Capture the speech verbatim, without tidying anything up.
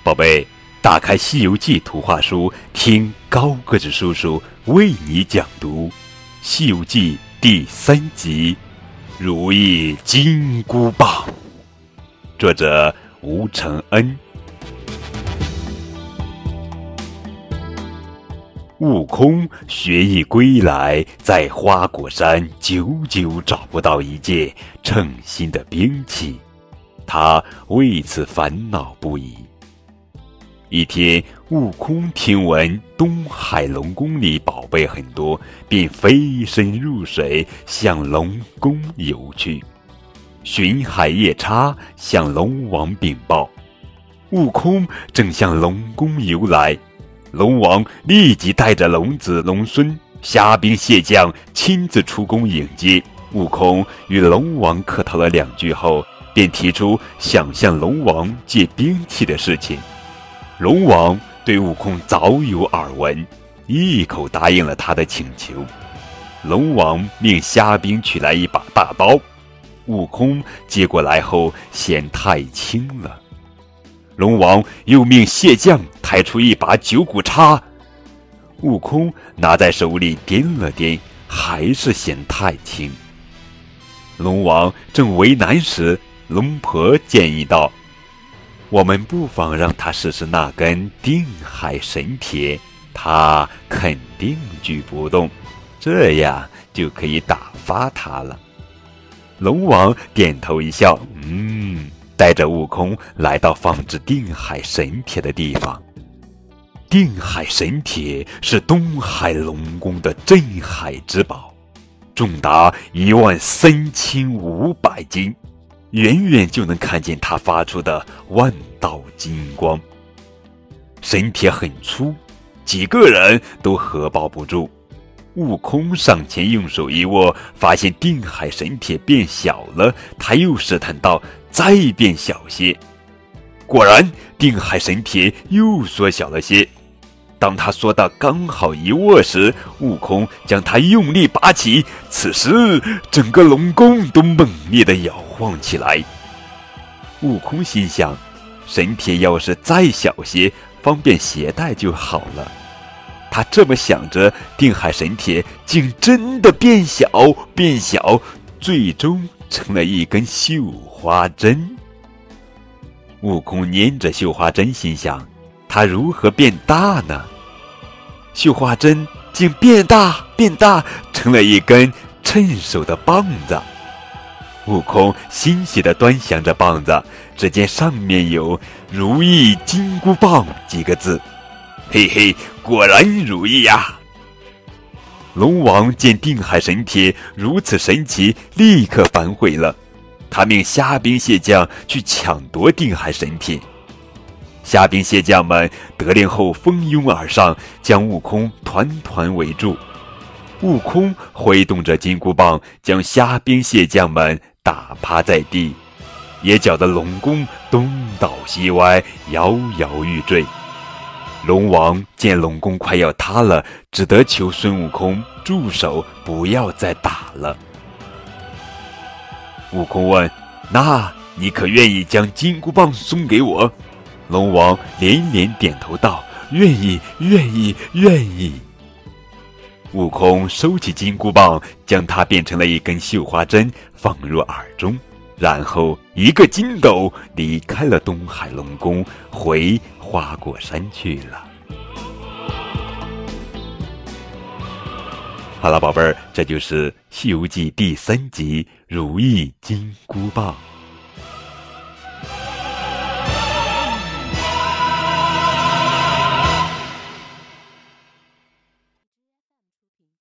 宝贝，打开《西游记》图画书，听高个子叔叔为你讲读《西游记》第三集《如意金箍棒》，作者吴承恩。悟空学艺归来，在花果山久久找不到一件称心的兵器，他为此烦恼不已。一天，悟空听闻东海龙宫里宝贝很多，便飞身入水，向龙宫游去。巡海夜叉向龙王禀报，悟空正向龙宫游来。龙王立即带着龙子龙孙、虾兵蟹将亲自出宫迎接。悟空与龙王客套了两句后，便提出想向龙王借兵器的事情。龙王对悟空早有耳闻，一口答应了他的请求。龙王命虾兵取来一把大刀，悟空接过来后嫌太轻了。龙王又命蟹将抬出一把九股叉，悟空拿在手里掂了掂，还是嫌太轻。龙王正为难时，龙婆建议道，我们不妨让他试试那根定海神铁，他肯定举不动，这样就可以打发他了。龙王点头一笑，嗯带着悟空来到放置定海神铁的地方。定海神铁是东海龙宫的镇海之宝，重达一万三千五百斤，远远就能看见它发出的万道金光。神铁很粗，几个人都合抱不住。悟空上前用手一握，发现定海神铁变小了，他又试探道，再变小些。果然，定海神铁又缩小了些。当他缩到刚好一握时，悟空将它用力拔起，此时整个龙宫都猛烈地摇晃起来。悟空心想，神铁要是再小些，方便携带就好了。他这么想着，定海神铁竟真的变小变小，最终成了一根绣花针。悟空捏着绣花针，心想，它如何变大呢？绣花针竟变大变大，成了一根趁手的棒子。悟空欣喜地端详着棒子，只见上面有如意金箍棒几个字。嘿嘿，果然如意呀！龙王见定海神铁如此神奇，立刻反悔了。他命虾兵蟹将去抢夺定海神铁。虾兵蟹将们得令后蜂拥而上，将悟空团团围住。悟空挥动着金箍棒，将虾兵蟹将们打趴在地，也搅得龙宫东倒西歪，摇摇欲坠。龙王见龙宫快要塌了，只得求孙悟空住手，不要再打了。悟空问，那你可愿意将金箍棒送给我？龙王连连点头道，愿意愿意愿意。悟空收起金箍棒，将它变成了一根绣花针，放入耳中，然后一个筋斗离开了东海龙宫，回花果山去了。好了，宝贝儿，这就是《西游记》第三集《如意金箍棒》。